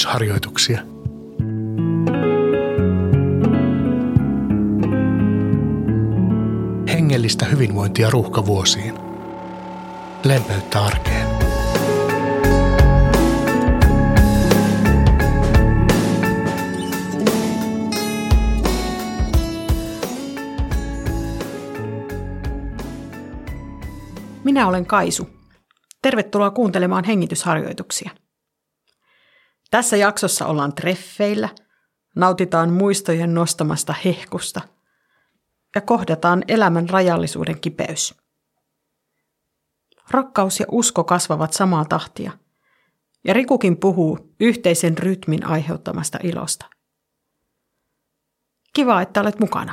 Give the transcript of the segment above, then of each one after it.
hengitysharjoituksia. Hengellistä hyvinvointia ruuhkavuosiin. Lempeyttä arkeen. Minä olen Kaisu. Tervetuloa kuuntelemaan hengitysharjoituksia. Tässä jaksossa ollaan treffeillä, nautitaan muistojen nostamasta hehkusta ja kohdataan elämän rajallisuuden kipeys. Rakkaus ja usko kasvavat samaa tahtia ja Rikukin puhuu yhteisen rytmin aiheuttamasta ilosta. Kiva, että olet mukana.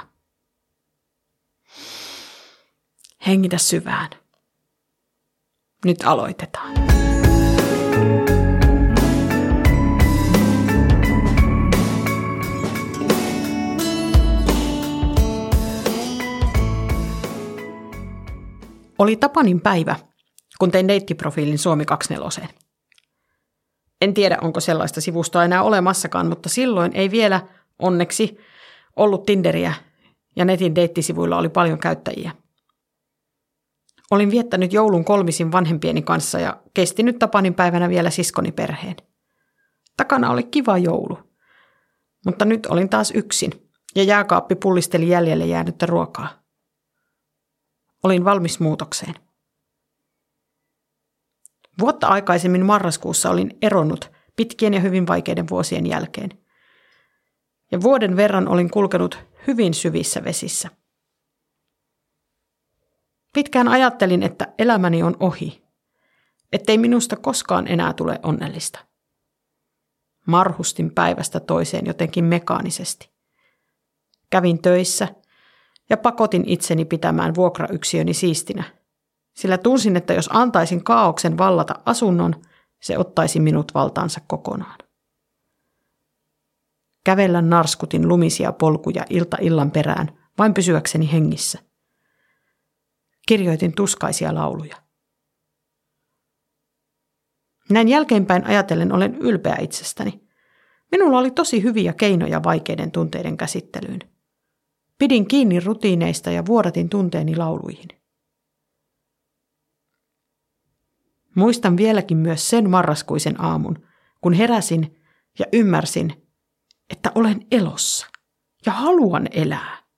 Hengitä syvään. Nyt aloitetaan. Oli Tapanin päivä, kun tein deittiprofiilin Suomi 24. En tiedä, onko sellaista sivustoa enää olemassakaan, mutta silloin ei vielä onneksi ollut Tinderiä ja netin deittisivuilla oli paljon käyttäjiä. Olin viettänyt joulun kolmisin vanhempieni kanssa ja kesti nyt Tapanin päivänä vielä siskoni perheen. Takana oli kiva joulu, mutta nyt olin taas yksin ja jääkaappi pullisteli jäljelle jäänyttä ruokaa. Olin valmis muutokseen. Vuotta aikaisemmin marraskuussa olin eronnut pitkien ja hyvin vaikeiden vuosien jälkeen. Ja vuoden verran olin kulkenut hyvin syvissä vesissä. Pitkään ajattelin, että elämäni on ohi, ettei minusta koskaan enää tule onnellista. Marhustin päivästä toiseen jotenkin mekaanisesti. Kävin töissä ja pakotin itseni pitämään vuokrayksiöni siistinä, sillä tunsin, että jos antaisin kaaoksen vallata asunnon, se ottaisi minut valtaansa kokonaan. Kävellä narskutin lumisia polkuja ilta illan perään, vain pysyäkseni hengissä. Kirjoitin tuskaisia lauluja. Näin jälkeenpäin ajatellen olen ylpeä itsestäni. Minulla oli tosi hyviä keinoja vaikeiden tunteiden käsittelyyn. Pidin kiinni rutiineista ja vuodatin tunteeni lauluihin. Muistan vieläkin myös sen marraskuisen aamun, kun heräsin ja ymmärsin, että olen elossa ja haluan elää.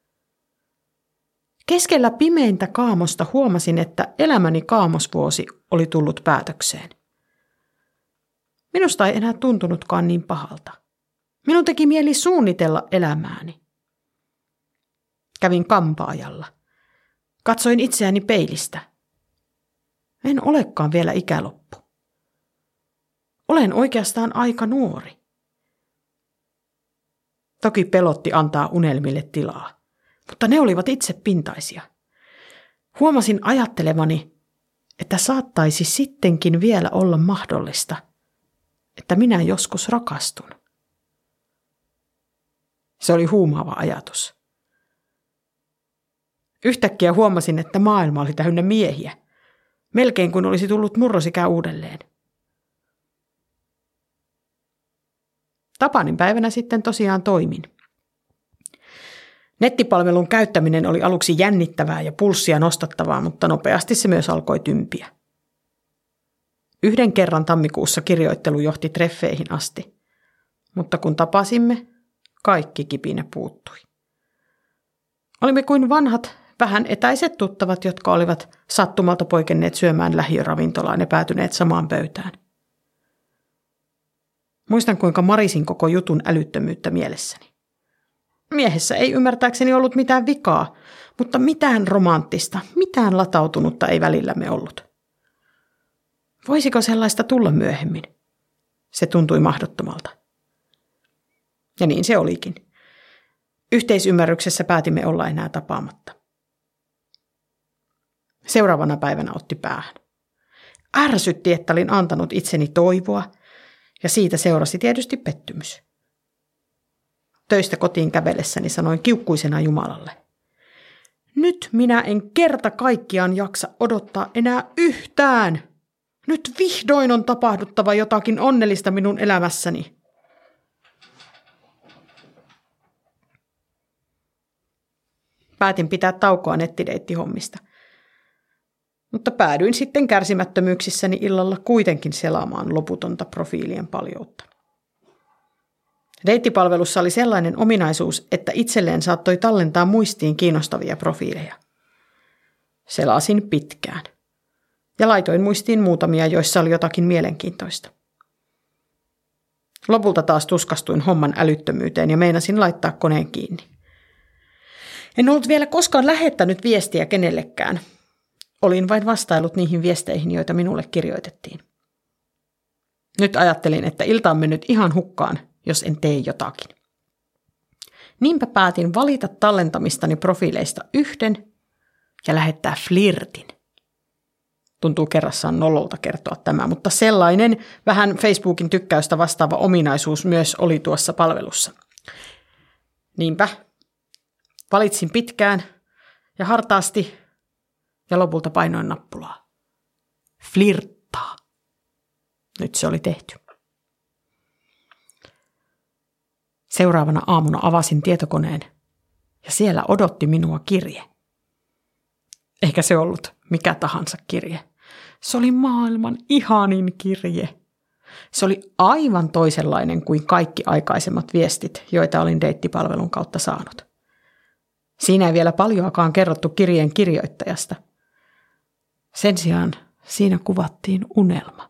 Keskellä pimeintä kaamosta huomasin, että elämäni kaamosvuosi oli tullut päätökseen. Minusta ei enää tuntunutkaan niin pahalta. Minun teki mieli suunnitella elämääni. Kävin kampaajalla. Katsoin itseäni peilistä. En olekaan vielä ikäloppu. Olen oikeastaan aika nuori. Toki pelotti antaa unelmille tilaa, mutta ne olivat itsepintaisia. Huomasin ajattelevani, että saattaisi sittenkin vielä olla mahdollista, että minä joskus rakastun. Se oli huumaava ajatus. Yhtäkkiä huomasin, että maailma oli täynnä miehiä, melkein kuin olisi tullut murrosikä uudelleen. Tapanin päivänä sitten tosiaan toimin. Nettipalvelun käyttäminen oli aluksi jännittävää ja pulssia nostattavaa, mutta nopeasti se myös alkoi tympiä. Yhden kerran tammikuussa kirjoittelu johti treffeihin asti, mutta kun tapasimme, kaikki kipinä puuttui. Olimme kuin vanhat, vähän etäiset tuttavat, jotka olivat sattumalta poikenneet syömään lähiöravintolaan ja päätyneet samaan pöytään. Muistan, kuinka marisin koko jutun älyttömyyttä mielessäni. Miehessä ei ymmärtääkseni ollut mitään vikaa, mutta mitään romanttista, mitään latautunutta ei välillämme ollut. Voisiko sellaista tulla myöhemmin? Se tuntui mahdottomalta. Ja niin se olikin. Yhteisymmärryksessä päätimme olla enää tapaamatta. Seuraavana päivänä otti päähän. Ärsytti, että olin antanut itseni toivoa, ja siitä seurasi tietysti pettymys. Töistä kotiin kävellessäni sanoin kiukkuisena Jumalalle: nyt minä en kerta kaikkiaan jaksa odottaa enää yhtään. Nyt vihdoin on tapahduttava jotakin onnellista minun elämässäni. Päätin pitää taukoa nettideitti-hommista. Mutta päädyin sitten kärsimättömyyksissäni illalla kuitenkin selaamaan loputonta profiilien paljoutta. Deittipalvelussa oli sellainen ominaisuus, että itselleen saattoi tallentaa muistiin kiinnostavia profiileja. Selasin pitkään. Ja laitoin muistiin muutamia, joissa oli jotakin mielenkiintoista. Lopulta taas tuskastuin homman älyttömyyteen ja meinasin laittaa koneen kiinni. En ollut vielä koskaan lähettänyt viestiä kenellekään. Olin vain vastaillut niihin viesteihin, joita minulle kirjoitettiin. Nyt ajattelin, että ilta on mennyt ihan hukkaan, jos en tee jotakin. Niinpä päätin valita tallentamistani profiileista yhden ja lähettää flirtin. Tuntuu kerrassaan nololta kertoa tämä, mutta sellainen vähän Facebookin tykkäystä vastaava ominaisuus myös oli tuossa palvelussa. Niinpä valitsin pitkään ja hartaasti ja lopulta painoin nappulaa. Flirttaa. Nyt se oli tehty. Seuraavana aamuna avasin tietokoneen ja siellä odotti minua kirje. Eikä se ollut mikä tahansa kirje. Se oli maailman ihanin kirje. Se oli aivan toisenlainen kuin kaikki aikaisemmat viestit, joita olin deittipalvelun kautta saanut. Siinä ei vielä paljoakaan kerrottu kirjeen kirjoittajasta. Sen sijaan siinä kuvattiin unelma.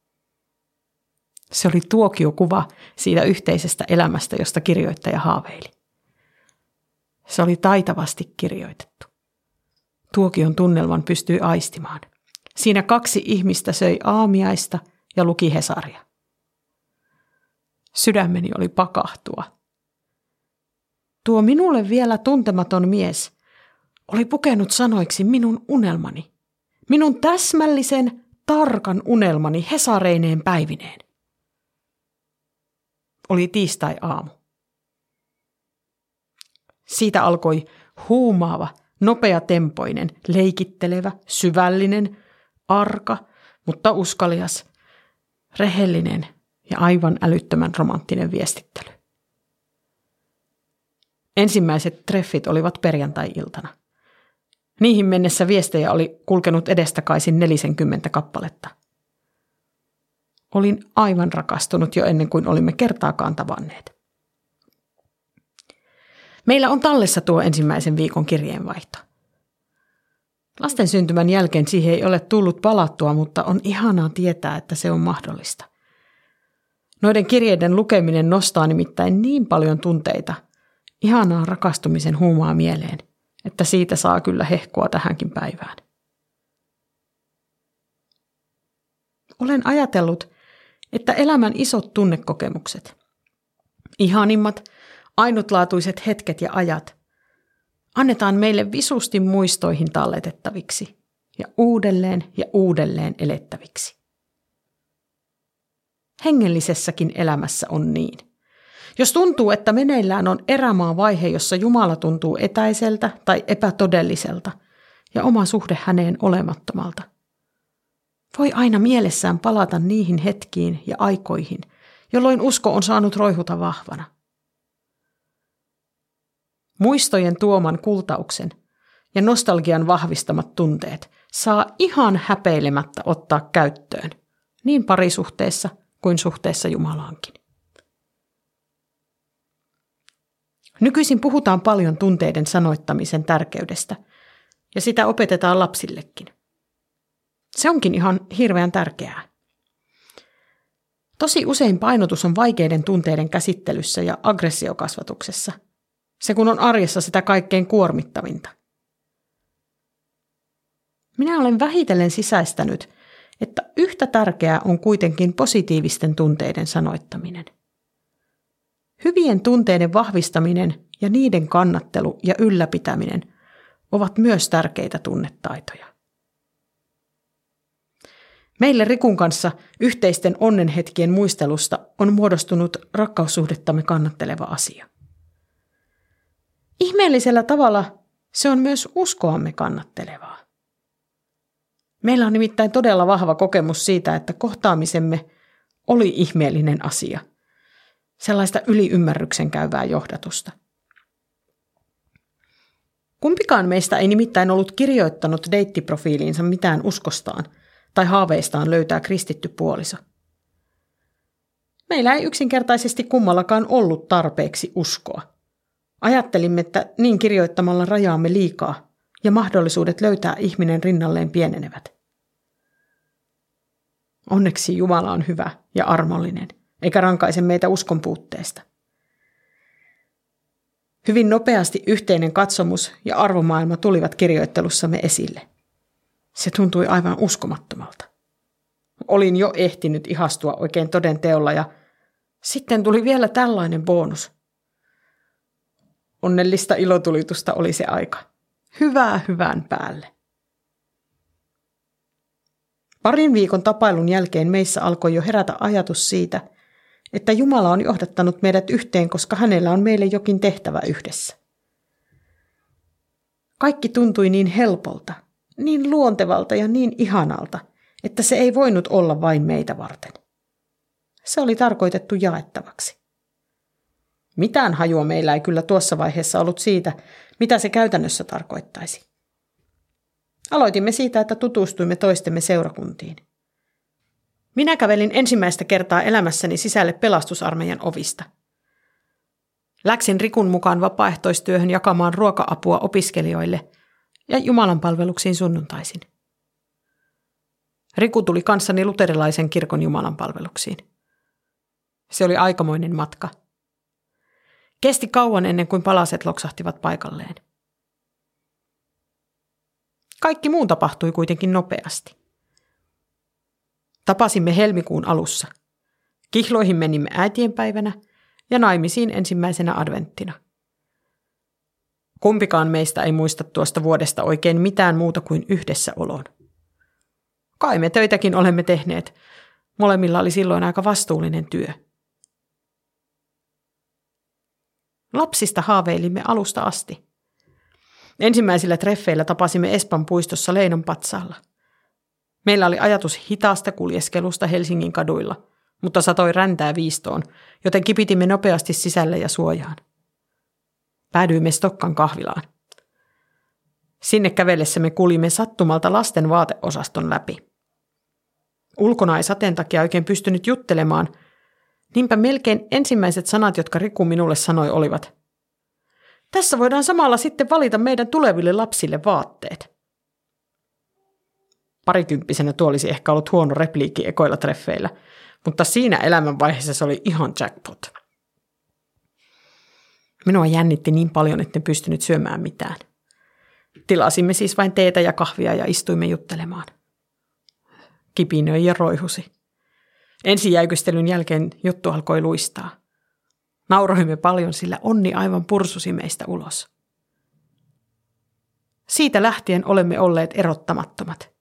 Se oli tuokiokuva siitä yhteisestä elämästä, josta kirjoittaja haaveili. Se oli taitavasti kirjoitettu. Tuokion tunnelman pystyi aistimaan. Siinä 2 ihmistä söi aamiaista ja luki Hesaria. Sydämeni oli pakahtua. Tuo minulle vielä tuntematon mies oli pukenut sanoiksi minun unelmani. Minun täsmällisen, tarkan unelmani Hesareineen päivineen. Oli tiistai-aamu. Siitä alkoi huumaava, nopeatempoinen, leikittelevä, syvällinen, arka, mutta uskalias, rehellinen ja aivan älyttömän romanttinen viestittely. Ensimmäiset treffit olivat perjantai-iltana. Niihin mennessä viestejä oli kulkenut edestakaisin 40 kappaletta. Olin aivan rakastunut jo ennen kuin olimme kertaakaan tavanneet. Meillä on tallessa tuo ensimmäisen viikon kirjeenvaihto. Lasten syntymän jälkeen siihen ei ole tullut palattua, mutta on ihanaa tietää, että se on mahdollista. Noiden kirjeiden lukeminen nostaa nimittäin niin paljon tunteita, ihanaa rakastumisen huumaa mieleen, että siitä saa kyllä hehkua tähänkin päivään. Olen ajatellut, että elämän isot tunnekokemukset, ihanimmat, ainutlaatuiset hetket ja ajat, annetaan meille visusti muistoihin talletettaviksi ja uudelleen elettäviksi. Hengellisessäkin elämässä on niin. Jos tuntuu, että meneillään on erämaa vaihe, jossa Jumala tuntuu etäiseltä tai epätodelliselta ja oma suhde häneen olemattomalta, voi aina mielessään palata niihin hetkiin ja aikoihin, jolloin usko on saanut roihuta vahvana. Muistojen tuoman kultauksen ja nostalgian vahvistamat tunteet saa ihan häpeilemättä ottaa käyttöön, niin parisuhteessa kuin suhteessa Jumalaankin. Nykyisin puhutaan paljon tunteiden sanoittamisen tärkeydestä, ja sitä opetetaan lapsillekin. Se onkin ihan hirveän tärkeää. Tosi usein painotus on vaikeiden tunteiden käsittelyssä ja aggressiokasvatuksessa, se kun on arjessa sitä kaikkein kuormittavinta. Minä olen vähitellen sisäistänyt, että yhtä tärkeää on kuitenkin positiivisten tunteiden sanoittaminen. Hyvien tunteiden vahvistaminen ja niiden kannattelu ja ylläpitäminen ovat myös tärkeitä tunnetaitoja. Meille Rikun kanssa yhteisten onnenhetkien muistelusta on muodostunut rakkaussuhdettamme kannatteleva asia. Ihmeellisellä tavalla se on myös uskoamme kannattelevaa. Meillä on nimittäin todella vahva kokemus siitä, että kohtaamisemme oli ihmeellinen asia. Sellaista yliymmärryksen käyvää johdatusta. Kumpikaan meistä ei nimittäin ollut kirjoittanut deittiprofiiliinsa mitään uskostaan tai haaveistaan löytää kristitty puoliso. Meillä ei yksinkertaisesti kummallakaan ollut tarpeeksi uskoa. Ajattelimme, että niin kirjoittamalla rajaamme liikaa ja mahdollisuudet löytää ihminen rinnalleen pienenevät. Onneksi Jumala on hyvä ja armollinen, eikä rankaise meitä uskon puutteesta. Hyvin nopeasti yhteinen katsomus ja arvomaailma tulivat kirjoittelussamme esille. Se tuntui aivan uskomattomalta. Olin jo ehtinyt ihastua oikein toden teolla ja sitten tuli vielä tällainen bonus. Onnellista ilotulitusta oli se aika. Hyvää hyvän päälle. Parin viikon tapailun jälkeen meissä alkoi jo herätä ajatus siitä, että Jumala on johdattanut meidät yhteen, koska hänellä on meille jokin tehtävä yhdessä. Kaikki tuntui niin helpolta, niin luontevalta ja niin ihanalta, että se ei voinut olla vain meitä varten. Se oli tarkoitettu jaettavaksi. Mitään hajua meillä ei kyllä tuossa vaiheessa ollut siitä, mitä se käytännössä tarkoittaisi. Aloitimme siitä, että tutustuimme toistemme seurakuntiin. Minä kävelin ensimmäistä kertaa elämässäni sisälle pelastusarmeijan ovista. Läksin Rikun mukaan vapaaehtoistyöhön jakamaan ruoka-apua opiskelijoille ja jumalanpalveluksiin sunnuntaisin. Riku tuli kanssani luterilaisen kirkon jumalanpalveluksiin. Se oli aikamoinen matka. Kesti kauan ennen kuin palaset loksahtivat paikalleen. Kaikki muu tapahtui kuitenkin nopeasti. Tapasimme helmikuun alussa. Kihloihin menimme äitienpäivänä ja naimisiin ensimmäisenä adventtina. Kumpikaan meistä ei muista tuosta vuodesta oikein mitään muuta kuin yhdessäolon. Kai me töitäkin olemme tehneet. Molemmilla oli silloin aika vastuullinen työ. Lapsista haaveilimme alusta asti. Ensimmäisillä treffeillä tapasimme Espan puistossa Leinon patsaalla. Meillä oli ajatus hitaasta kuljeskelusta Helsingin kaduilla, mutta satoi räntää viistoon, joten kipitimme nopeasti sisälle ja suojaan. Päädyimme Stokkan kahvilaan. Sinne kävellessämme kuljimme sattumalta lasten vaateosaston läpi. Ulkona ei sateen takia oikein pystynyt juttelemaan, niinpä melkein ensimmäiset sanat, jotka Riku minulle sanoi, olivat: "Tässä voidaan samalla sitten valita meidän tuleville lapsille vaatteet." Parikymppisenä tuo olisi ehkä ollut huono repliikki ekoilla treffeillä, mutta siinä elämänvaiheessa se oli ihan jackpot. Minua jännitti niin paljon, etten pystynyt syömään mitään. Tilasimme siis vain teetä ja kahvia ja istuimme juttelemaan. Kipinöi ja roihusi. Ensijäykystelyn jälkeen juttu alkoi luistaa. Nauroimme paljon, sillä onni aivan pursusi meistä ulos. Siitä lähtien olemme olleet erottamattomat.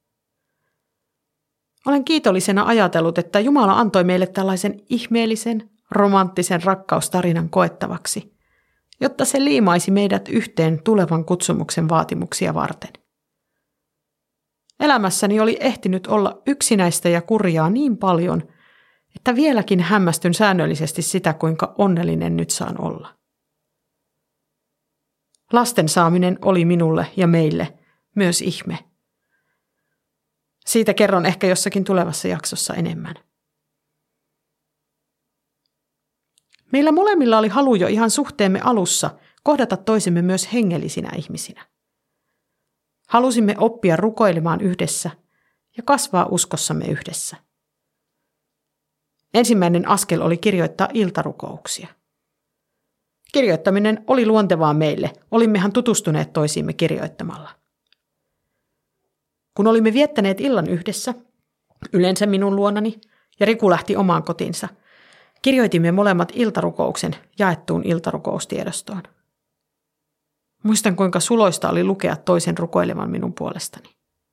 Olen kiitollisena ajatellut, että Jumala antoi meille tällaisen ihmeellisen, romanttisen rakkaustarinan koettavaksi, jotta se liimaisi meidät yhteen tulevan kutsumuksen vaatimuksia varten. Elämässäni oli ehtinyt olla yksinäistä ja kurjaa niin paljon, että vieläkin hämmästyn säännöllisesti sitä, kuinka onnellinen nyt saan olla. Lasten saaminen oli minulle ja meille myös ihme. Siitä kerron ehkä jossakin tulevassa jaksossa enemmän. Meillä molemmilla oli halu jo ihan suhteemme alussa kohdata toisemme myös hengellisinä ihmisinä. Halusimme oppia rukoilemaan yhdessä ja kasvaa uskossamme yhdessä. Ensimmäinen askel oli kirjoittaa iltarukouksia. Kirjoittaminen oli luontevaa meille, olimmehan tutustuneet toisiimme kirjoittamalla. Kun olimme viettäneet illan yhdessä, yleensä minun luonani, ja Riku lähti omaan kotinsa, kirjoitimme molemmat iltarukouksen jaettuun iltarukoustiedostoon. Muistan, kuinka suloista oli lukea toisen rukoilevan minun puolestani.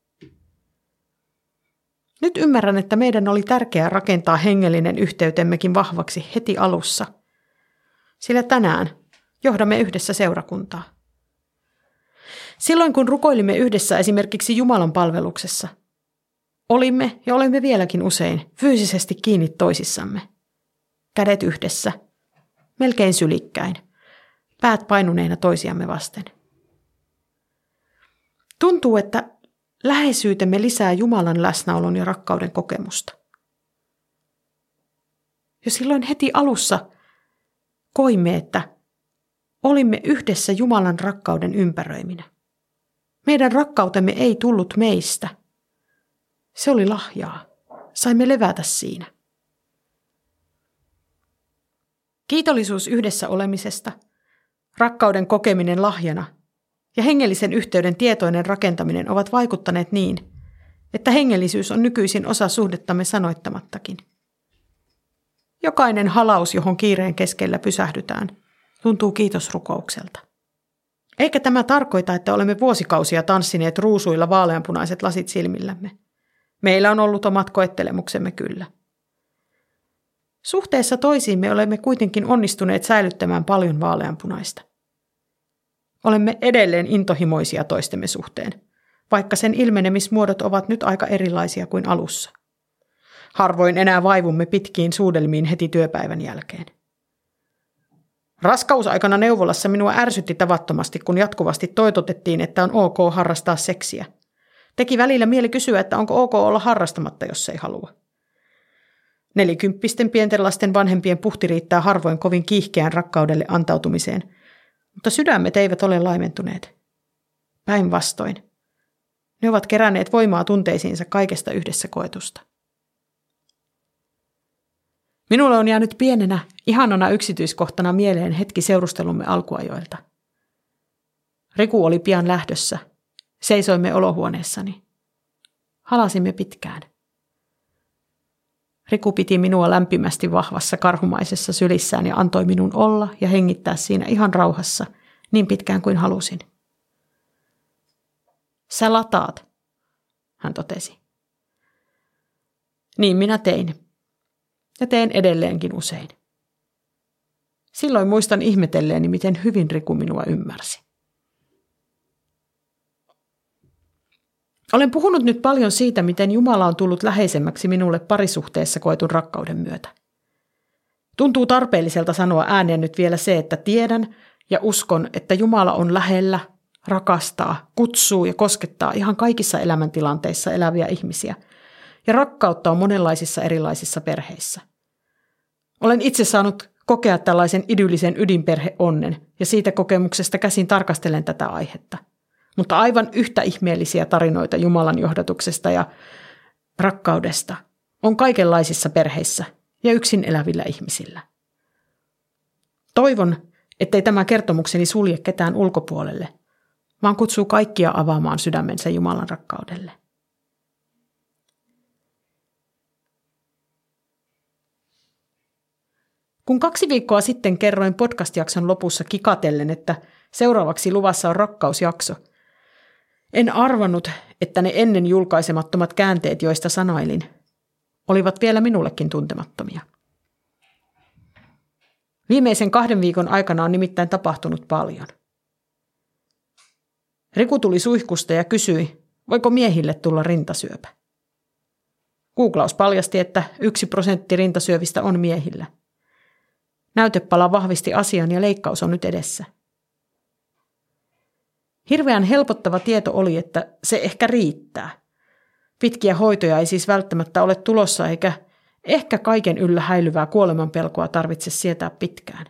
Nyt ymmärrän, että meidän oli tärkeää rakentaa hengellinen yhteytemmekin vahvaksi heti alussa, sillä tänään johdamme yhdessä seurakuntaa. Silloin kun rukoilimme yhdessä esimerkiksi Jumalan palveluksessa, Olimme ja olemme vieläkin usein fyysisesti kiinni toisissamme. Kädet yhdessä, melkein sylikkäin, päät painuneina toisiamme vasten. Tuntuu, että läheisyytemme lisää Jumalan läsnäolon ja rakkauden kokemusta. Jo silloin heti alussa koimme, että olimme yhdessä Jumalan rakkauden ympäröiminä. Meidän rakkautemme ei tullut meistä. Se oli lahjaa. Saimme levätä siinä. Kiitollisuus yhdessä olemisesta, rakkauden kokeminen lahjana ja hengellisen yhteyden tietoinen rakentaminen ovat vaikuttaneet niin, että hengellisyys on nykyisin osa suhdettamme sanoittamattakin. Jokainen halaus, johon kiireen keskellä pysähdytään, tuntuu kiitosrukoukselta. Eikä tämä tarkoita, että olemme vuosikausia tanssineet ruusuilla vaaleanpunaiset lasit silmillämme. Meillä on ollut omat koettelemuksemme kyllä. Suhteessa toisiimme olemme kuitenkin onnistuneet säilyttämään paljon vaaleanpunaista. Olemme edelleen intohimoisia toistemme suhteen, vaikka sen ilmenemismuodot ovat nyt aika erilaisia kuin alussa. Harvoin enää vaivumme pitkiin suudelmiin heti työpäivän jälkeen. Raskausaikana neuvolassa minua ärsytti tavattomasti, kun jatkuvasti toitotettiin, että on ok harrastaa seksiä. Teki välillä mieli kysyä, että onko ok olla harrastamatta, jos ei halua. 40 pienten lasten vanhempien puhti riittää harvoin kovin kiihkeään rakkaudelle antautumiseen, mutta sydämet eivät ole laimentuneet. Päinvastoin. Ne ovat keränneet voimaa tunteisiinsa kaikesta yhdessä koetusta. Minulle on jäänyt pienenä, ihanana yksityiskohtana mieleen hetki seurustelumme alkuajoilta. Riku oli pian lähdössä. Seisoimme olohuoneessani. Halasimme pitkään. Riku piti minua lämpimästi vahvassa karhumaisessa sylissään ja antoi minun olla ja hengittää siinä ihan rauhassa, niin pitkään kuin halusin. Sä lataat, hän totesi. Niin minä tein. Ja teen edelleenkin usein. Silloin muistan ihmetelleeni, miten hyvin Riku minua ymmärsi. Olen puhunut nyt paljon siitä, miten Jumala on tullut läheisemmäksi minulle parisuhteessa koetun rakkauden myötä. Tuntuu tarpeelliselta sanoa ääneen nyt vielä se, että tiedän ja uskon, että Jumala on lähellä, rakastaa, kutsuu ja koskettaa ihan kaikissa elämäntilanteissa eläviä ihmisiä, ja rakkautta on monenlaisissa erilaisissa perheissä. Olen itse saanut kokea tällaisen idyllisen ydinperheonnen, ja siitä kokemuksesta käsin tarkastelen tätä aihetta. Mutta aivan yhtä ihmeellisiä tarinoita Jumalan johdatuksesta ja rakkaudesta on kaikenlaisissa perheissä ja yksin elävillä ihmisillä. Toivon, ettei tämä kertomukseni sulje ketään ulkopuolelle, vaan kutsuu kaikkia avaamaan sydämensä Jumalan rakkaudelle. Kun 2 viikkoa sitten kerroin podcast-jakson lopussa kikatellen, että seuraavaksi luvassa on rakkausjakso, en arvannut, että ne ennen julkaisemattomat käänteet, joista sanoilin, olivat vielä minullekin tuntemattomia. Viimeisen 2 viikon aikana on nimittäin tapahtunut paljon. Riku tuli suihkusta ja kysyi, voiko miehille tulla rintasyöpä. Googlaus paljasti, että 1% rintasyövistä on miehillä. Näytepala vahvisti asian ja leikkaus on nyt edessä. Hirveän helpottava tieto oli, että se ehkä riittää. Pitkiä hoitoja ei siis välttämättä ole tulossa eikä ehkä kaiken yllä häilyvää kuolemanpelkoa tarvitse sietää pitkään.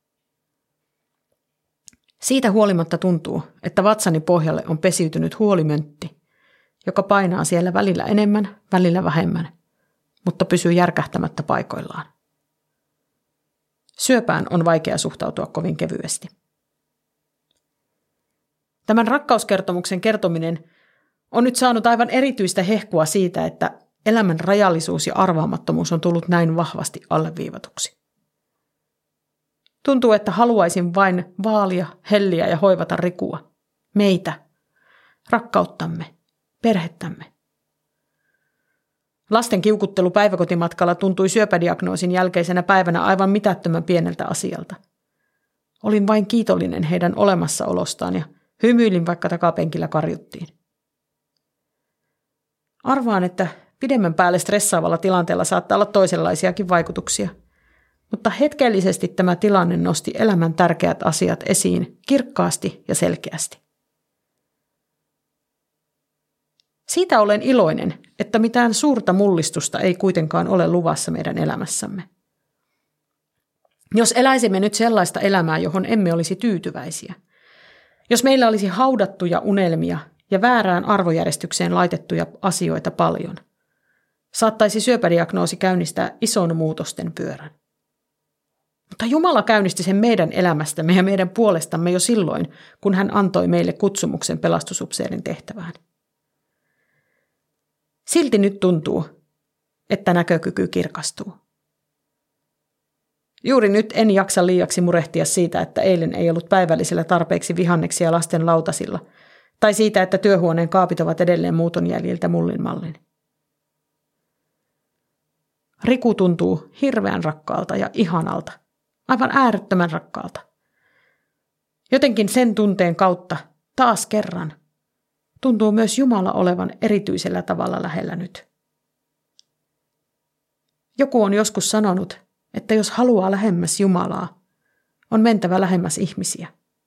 Siitä huolimatta tuntuu, että vatsani pohjalle on pesiytynyt huolimöntti, joka painaa siellä välillä enemmän, välillä vähemmän, mutta pysyy järkähtämättä paikoillaan. Syöpään on vaikea suhtautua kovin kevyesti. Tämän rakkauskertomuksen kertominen on nyt saanut aivan erityistä hehkua siitä, että elämän rajallisuus ja arvaamattomuus on tullut näin vahvasti alleviivatuksi. Tuntuu, että haluaisin vain vaalia, helliä ja hoivata Rikua, meitä, rakkauttamme, perhettämme. Lasten kiukuttelu päiväkotimatkalla tuntui syöpädiagnoosin jälkeisenä päivänä aivan mitättömän pieneltä asialta. Olin vain kiitollinen heidän olemassaolostaan ja hymyilin, vaikka takapenkillä karjuttiin. Arvaan, että pidemmän päälle stressaavalla tilanteella saattaa olla toisenlaisiakin vaikutuksia. Mutta hetkellisesti tämä tilanne nosti elämän tärkeät asiat esiin kirkkaasti ja selkeästi. Siitä olen iloinen, että mitään suurta mullistusta ei kuitenkaan ole luvassa meidän elämässämme. Jos eläisimme nyt sellaista elämää, johon emme olisi tyytyväisiä, jos meillä olisi haudattuja unelmia ja väärään arvojärjestykseen laitettuja asioita paljon, saattaisi syöpädiagnoosi käynnistää ison muutosten pyörän. Mutta Jumala käynnisti sen meidän elämästämme ja meidän puolestamme jo silloin, kun hän antoi meille kutsumuksen pelastusupseerin tehtävään. Silti nyt tuntuu, että näkökyky kirkastuu. Juuri nyt en jaksa liiaksi murehtia siitä, että eilen ei ollut päivällisellä tarpeeksi vihanneksia lasten lautasilla, tai siitä, että työhuoneen kaapit ovat edelleen muuton jäljiltä mullin mallin. Riku tuntuu hirveän rakkaalta ja ihanalta, aivan äärettömän rakkaalta. Jotenkin sen tunteen kautta, taas kerran, tuntuu myös Jumala olevan erityisellä tavalla lähellä nyt. Joku on joskus sanonut, että jos haluaa lähemmäs Jumalaa, on mentävä lähemmäs ihmisiä.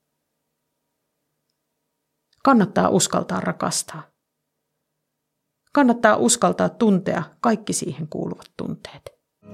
Kannattaa uskaltaa rakastaa. Kannattaa uskaltaa tuntea kaikki siihen kuuluvat tunteet.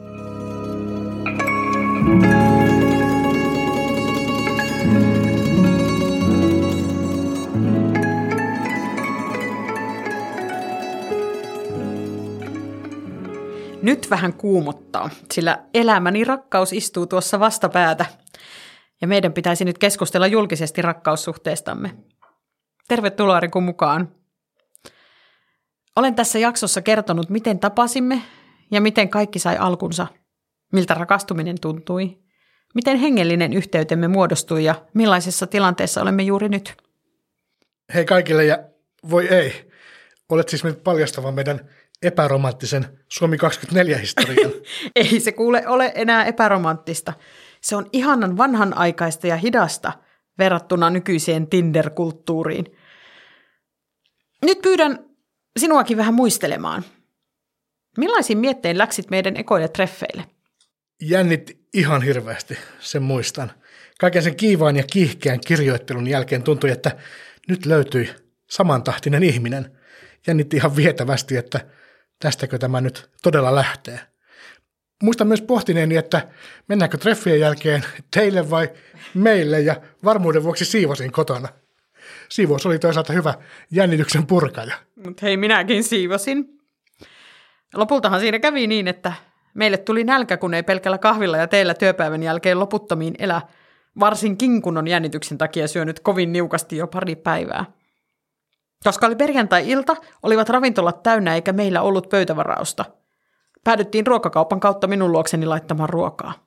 Nyt vähän kuumottaa, sillä elämäni rakkaus istuu tuossa vastapäätä ja meidän pitäisi nyt keskustella julkisesti rakkaussuhteestamme. Tervetuloa Riku mukaan. Olen tässä jaksossa kertonut, miten tapasimme ja miten kaikki sai alkunsa, miltä rakastuminen tuntui, miten hengellinen yhteytemme muodostui ja millaisessa tilanteessa olemme juuri nyt. Hei kaikille ja voi ei, olet siis mennyt paljastamaan meidän epäromanttisen Suomi 24-historian. Ei se kuule ole enää epäromanttista. Se on ihanan vanhanaikaista ja hidasta verrattuna nykyiseen Tinder-kulttuuriin. Nyt pyydän sinuakin vähän muistelemaan. Millaisin miettein läksit meidän ekoille treffeille? Jännitti ihan hirveästi, sen muistan. Kaiken sen kiivaan ja kiihkeän kirjoittelun jälkeen tuntui, että nyt löytyi samantahtinen ihminen. Jännitti ihan vietävästi, että tästäkö tämä nyt todella lähtee. Muistan myös pohtineeni, että mennäänkö treffien jälkeen teille vai meille, ja varmuuden vuoksi siivosin kotona. Siivous oli toisaalta hyvä jännityksen purkaja. Mutta hei, minäkin siivosin. Lopultahan siinä kävi niin, että meille tuli nälkä, kun ei pelkällä kahvilla ja teillä työpäivän jälkeen loputtomiin elä. Varsinkin kun on jännityksen takia syönyt kovin niukasti jo pari päivää. Koska oli perjantai-ilta, olivat ravintolat täynnä eikä meillä ollut pöytävarausta. Päädyttiin ruokakaupan kautta minun luokseni laittamaan ruokaa.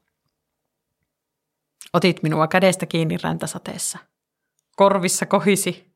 Otit minua kädestä kiinni räntäsateessa. Korvissa kohisi.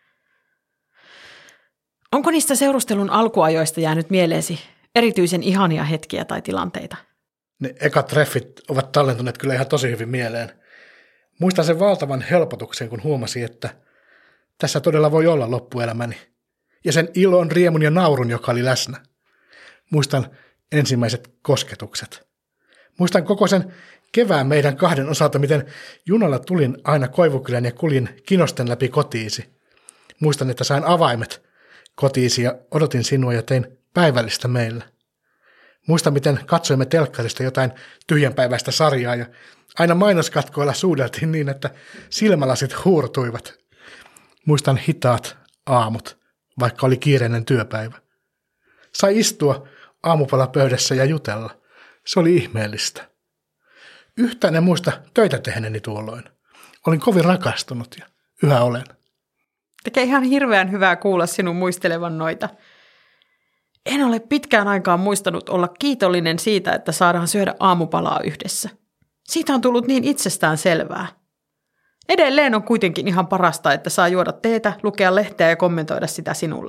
Onko niistä seurustelun alkuajoista jäänyt mieleesi erityisen ihania hetkiä tai tilanteita? Ne ekat treffit ovat tallentuneet kyllä ihan tosi hyvin mieleen. Muistan sen valtavan helpotuksen, kun huomasin, että tässä todella voi olla loppuelämäni. Ja sen ilon, riemun ja naurun, joka oli läsnä. Muistan ensimmäiset kosketukset. Muistan koko sen kevään meidän kahden osalta, miten junalla tulin aina Koivukylän ja kuljin Kinosten läpi kotiisi. Muistan, että sain avaimet kotiisi ja odotin sinua ja tein päivällistä meillä. Muistan, miten katsoimme telkkarista jotain tyhjänpäiväistä sarjaa ja aina mainoskatkoilla suudeltiin niin, että silmälasit huurtuivat. Muistan hitaat aamut, vaikka oli kiireinen työpäivä. Sai istua aamupalapöydässä ja jutella. Se oli ihmeellistä. Yhtään en muista töitä tehneeni tuolloin. Olin kovin rakastunut ja yhä olen. Tekee ihan hirveän hyvää kuulla sinun muistelevan noita. En ole pitkään aikaan muistanut olla kiitollinen siitä, että saadaan syödä aamupalaa yhdessä. Siitä on tullut niin itsestään selvää. Edelleen on kuitenkin ihan parasta, että saa juoda teetä, lukea lehteä ja kommentoida sitä sinulle.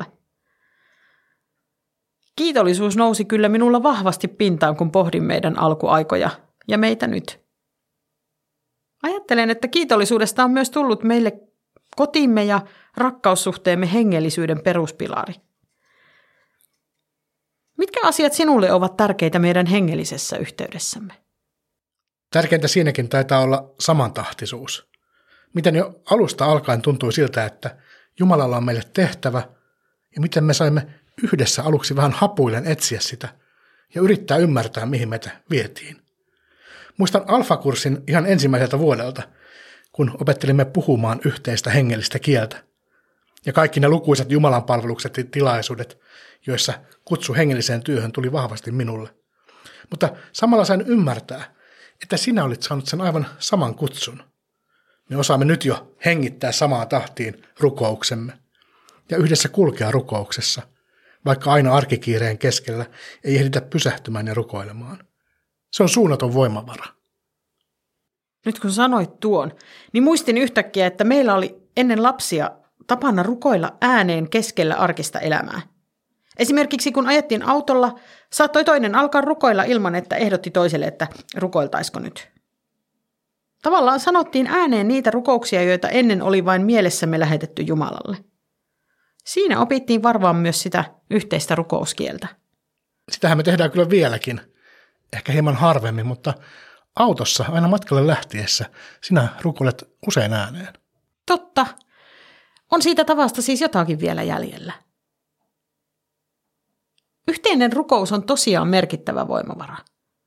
Kiitollisuus nousi kyllä minulla vahvasti pintaan, kun pohdin meidän alkuaikoja ja meitä nyt. Ajattelen, että kiitollisuudesta on myös tullut meille kotimme ja rakkaussuhteemme hengellisyyden peruspilari. Mitkä asiat sinulle ovat tärkeitä meidän hengellisessä yhteydessämme? Tärkeintä siinäkin taitaa olla samantahtisuus. Miten jo alusta alkaen tuntui siltä, että Jumalalla on meille tehtävä, ja miten me saimme yhdessä aluksi vähän hapuillen etsiä sitä ja yrittää ymmärtää, mihin meitä vietiin. Muistan alfakurssin ihan ensimmäiseltä vuodelta, kun opettelimme puhumaan yhteistä hengellistä kieltä. Ja kaikki ne lukuisat Jumalan palvelukset ja tilaisuudet, joissa kutsu hengelliseen työhön tuli vahvasti minulle. Mutta samalla sain ymmärtää, että sinä olit saanut sen aivan saman kutsun. Me osaamme nyt jo hengittää samaan tahtiin rukouksemme ja yhdessä kulkea rukouksessa, vaikka aina arkikiireen keskellä ei ehditä pysähtymään ja rukoilemaan. Se on suunnaton voimavara. Nyt kun sanoit tuon, niin muistin yhtäkkiä, että meillä oli ennen lapsia tapana rukoilla ääneen keskellä arkista elämää. Esimerkiksi kun ajettiin autolla, saattoi toinen alkaa rukoilla ilman, että ehdotti toiselle, että rukoiltaisiko nyt. Tavallaan sanottiin ääneen niitä rukouksia, joita ennen oli vain mielessämme lähetetty Jumalalle. Siinä opittiin varmaan myös sitä yhteistä rukouskieltä. Sitähän me tehdään kyllä vieläkin, ehkä hieman harvemmin, mutta autossa aina matkalle lähtiessä sinä rukoilet usein ääneen. Totta. On siitä tavasta siis jotakin vielä jäljellä. Yhteinen rukous on tosiaan merkittävä voimavara.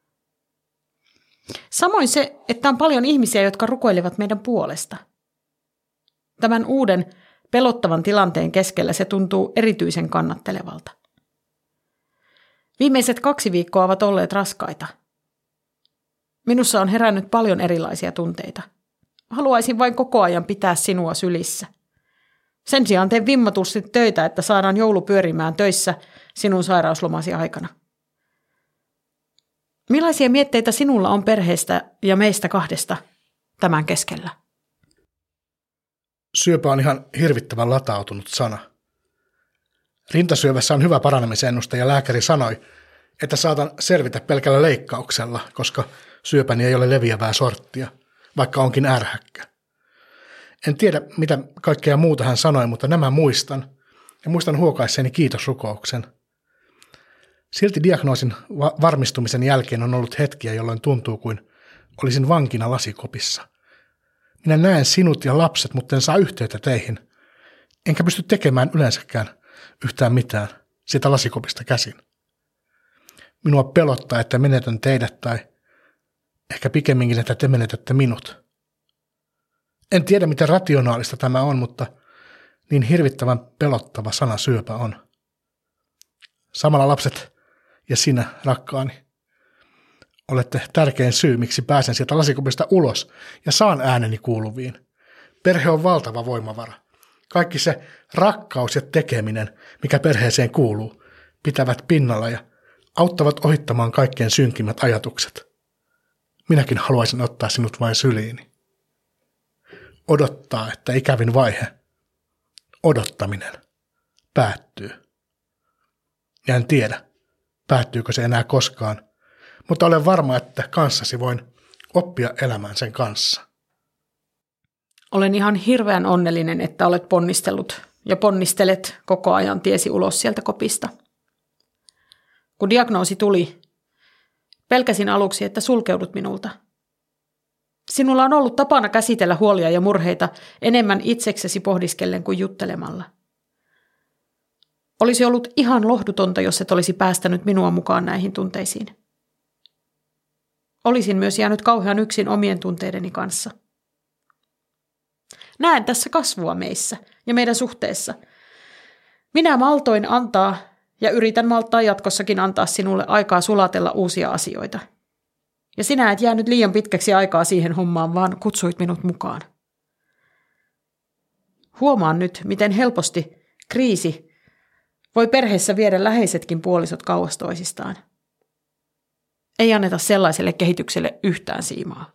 Samoin se, että on paljon ihmisiä, jotka rukoilevat meidän puolesta. Tämän uuden pelottavan tilanteen keskellä se tuntuu erityisen kannattelevalta. Viimeiset 2 viikkoa ovat olleet raskaita. Minussa on herännyt paljon erilaisia tunteita. Haluaisin vain koko ajan pitää sinua sylissä. Sen sijaan teen vimmatusti töitä, että saadaan joulu pyörimään töissä sinun sairauslomasi aikana. Millaisia mietteitä sinulla on perheestä ja meistä 2 tämän keskellä? Syöpä on ihan hirvittävän latautunut sana. Rintasyövässä on hyvä paranemiseennuste ja lääkäri sanoi, että saatan selvitä pelkällä leikkauksella, koska syöpäni ei ole leviävää sorttia, vaikka onkin ärhäkkä. En tiedä, mitä kaikkea muuta hän sanoi, mutta nämä muistan, ja muistan huokaisseeni kiitosrukouksen. Silti diagnoosin varmistumisen jälkeen on ollut hetkiä, jolloin tuntuu kuin olisin vankina lasikopissa. Minä näen sinut ja lapset, mutta en saa yhteyttä teihin. Enkä pysty tekemään yleensäkään yhtään mitään sitä lasikopista käsin. Minua pelottaa, että menetän teidät tai ehkä pikemminkin, että te menetätte minut. En tiedä, miten rationaalista tämä on, mutta niin hirvittävän pelottava sana syöpä on. Samalla lapset ja sinä, rakkaani, olette tärkein syy, miksi pääsen sieltä lasikopista ulos ja saan ääneni kuuluviin. Perhe on valtava voimavara. Kaikki se rakkaus ja tekeminen, mikä perheeseen kuuluu, pitävät pinnalla ja auttavat ohittamaan kaikkein synkimmät ajatukset. Minäkin haluaisin ottaa sinut vain syliini. Odottaa, että ikävin vaihe, odottaminen, päättyy. Ja en tiedä, päättyykö se enää koskaan, mutta olen varma, että kanssasi voin oppia elämään sen kanssa. Olen ihan hirveän onnellinen, että olet ponnistellut ja ponnistelet koko ajan tiesi ulos sieltä kopista. Kun diagnoosi tuli, pelkäsin aluksi, että sulkeudut minulta. Sinulla on ollut tapana käsitellä huolia ja murheita enemmän itseksesi pohdiskellen kuin juttelemalla. Olisi ollut ihan lohdutonta, jos et olisi päästänyt minua mukaan näihin tunteisiin. Olisin myös jäänyt kauhean yksin omien tunteideni kanssa. Näen tässä kasvua meissä ja meidän suhteessa. Minä maltoin antaa ja yritän malttaa jatkossakin antaa sinulle aikaa sulatella uusia asioita. Ja sinä et jäänyt liian pitkäksi aikaa siihen hommaan, vaan kutsuit minut mukaan. Huomaan nyt, miten helposti kriisi voi perheessä viedä läheisetkin puolisot kauas toisistaan. Ei anneta sellaiselle kehitykselle yhtään siimaa.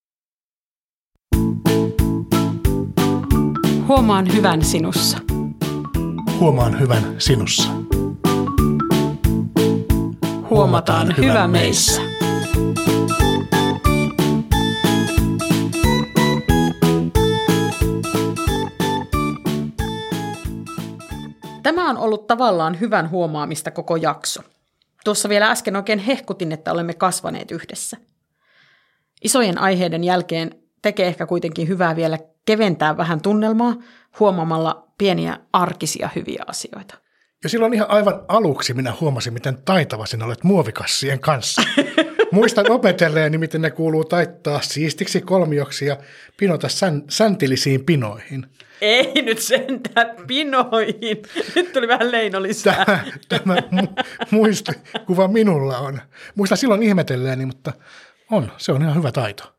Huomaan hyvän sinussa. Huomaan hyvän sinussa. Huomataan hyvä meissä. Tämä on ollut tavallaan hyvän huomaamista koko jakso. Tuossa vielä äsken oikein hehkutin, että olemme kasvaneet yhdessä. Isojen aiheiden jälkeen tekee ehkä kuitenkin hyvää vielä keventää vähän tunnelmaa huomaamalla pieniä arkisia hyviä asioita. Ja silloin ihan aivan aluksi minä huomasin, miten taitava sinä olet muovikassien kanssa. Muistan opetelleeni, miten ne kuuluu taittaa siistiksi kolmioksi ja pinota säntillisiin pinoihin. Ei nyt sentään pinoihin. Nyt tuli vähän Leino lisää. Tämä muistikuva minulla on. Muistan silloin ihmetelleeni, mutta se on ihan hyvä taito.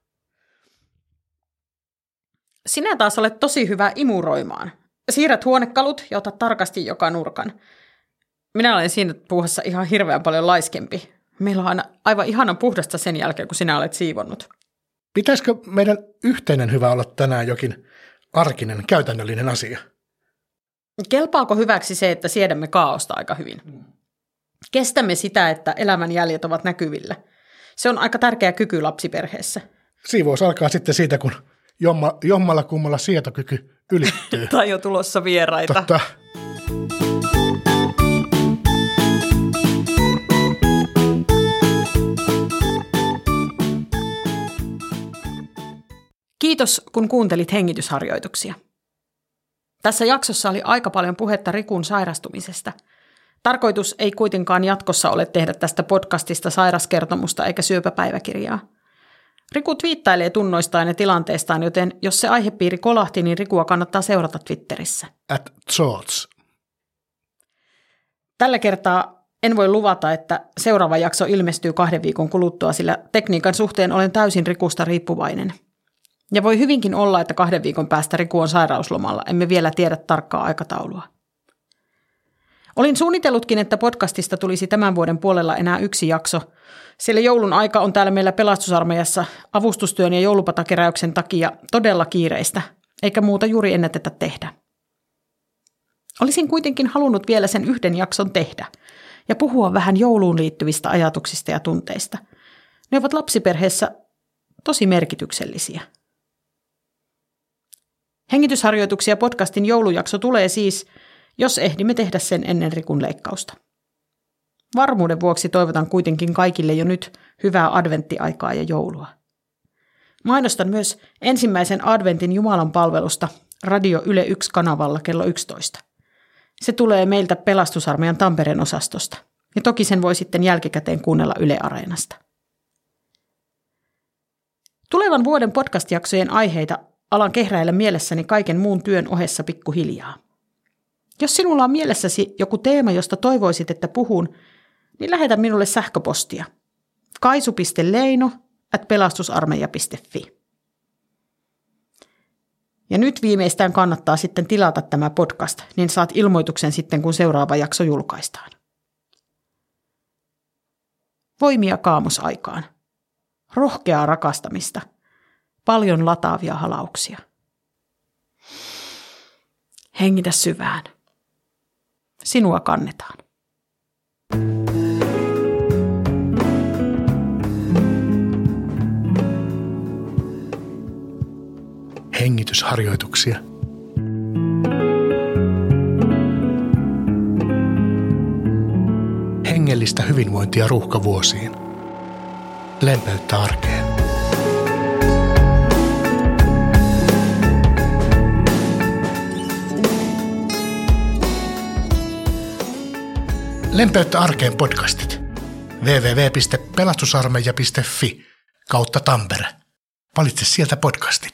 Sinä taas olet tosi hyvä imuroimaan. Siirrät huonekalut ja otat tarkasti joka nurkan. Minä olen siinä puuhassa ihan hirveän paljon laiskempi. Meillä on aina aivan ihanan puhdasta sen jälkeen, kun sinä olet siivonnut. Pitäisikö meidän yhteinen hyvä olla tänään jokin arkinen, käytännöllinen asia? Kelpaako hyväksi se, että siedämme kaaosta aika hyvin? Kestämme sitä, että elämän jäljet ovat näkyvillä. Se on aika tärkeä kyky lapsiperheessä. Siivous alkaa sitten siitä, kun jommalla kummalla sietokyky ylittyy. Tai jo tulossa vieraita. Totta. Kiitos, kun kuuntelit hengitysharjoituksia. Tässä jaksossa oli aika paljon puhetta Rikun sairastumisesta. Tarkoitus ei kuitenkaan jatkossa ole tehdä tästä podcastista sairaskertomusta eikä syöpäpäiväkirjaa. Riku twiittailee tunnoistaan ja tilanteestaan, joten jos se aihepiiri kolahti, niin Rikua kannattaa seurata Twitterissä. @thoughts. Tällä kertaa en voi luvata, että seuraava jakso ilmestyy 2 viikon kuluttua, sillä tekniikan suhteen olen täysin Rikusta riippuvainen. Ja voi hyvinkin olla, että 2 viikon päästä Riku on sairauslomalla, emme vielä tiedä tarkkaa aikataulua. Olin suunnitellutkin, että podcastista tulisi tämän vuoden puolella enää 1 jakso, sillä joulun aika on täällä meillä pelastusarmeijassa avustustyön ja joulupatakeräyksen takia todella kiireistä, eikä muuta juuri ennätetä tehdä. Olisin kuitenkin halunnut vielä sen 1 jakson tehdä ja puhua vähän jouluun liittyvistä ajatuksista ja tunteista. Ne ovat lapsiperheessä tosi merkityksellisiä. Hengitysharjoituksia podcastin joulujakso tulee siis, jos ehdimme tehdä sen ennen Rikun leikkausta. Varmuuden vuoksi toivotan kuitenkin kaikille jo nyt hyvää adventtiaikaa ja joulua. Mainostan myös ensimmäisen adventin Jumalan palvelusta Radio Yle 1 kanavalla kello 11. Se tulee meiltä Pelastusarmeijan Tampereen osastosta, ja toki sen voi sitten jälkikäteen kuunnella Yle Areenasta. Tulevan vuoden podcast-jaksojen aiheita alan kehräillä mielessäni kaiken muun työn ohessa pikkuhiljaa. Jos sinulla on mielessäsi joku teema, josta toivoisit, että puhun, niin lähetä minulle sähköpostia. kaisu.leino@pelastusarmeija.fi. Ja nyt viimeistään kannattaa sitten tilata tämä podcast, niin saat ilmoituksen sitten, kun seuraava jakso julkaistaan. Voimia kaamosaikaan. Rohkeaa rakastamista. Paljon lataavia halauksia. Hengitä syvään. Sinua kannetaan. Hengitysharjoituksia. Hengellistä hyvinvointia ruuhkavuosiin. Lempeyttä arkeen. Lempeyttä arkeen podcastit. www.pelastusarmeija.fi/Tampere. Valitse sieltä podcastit.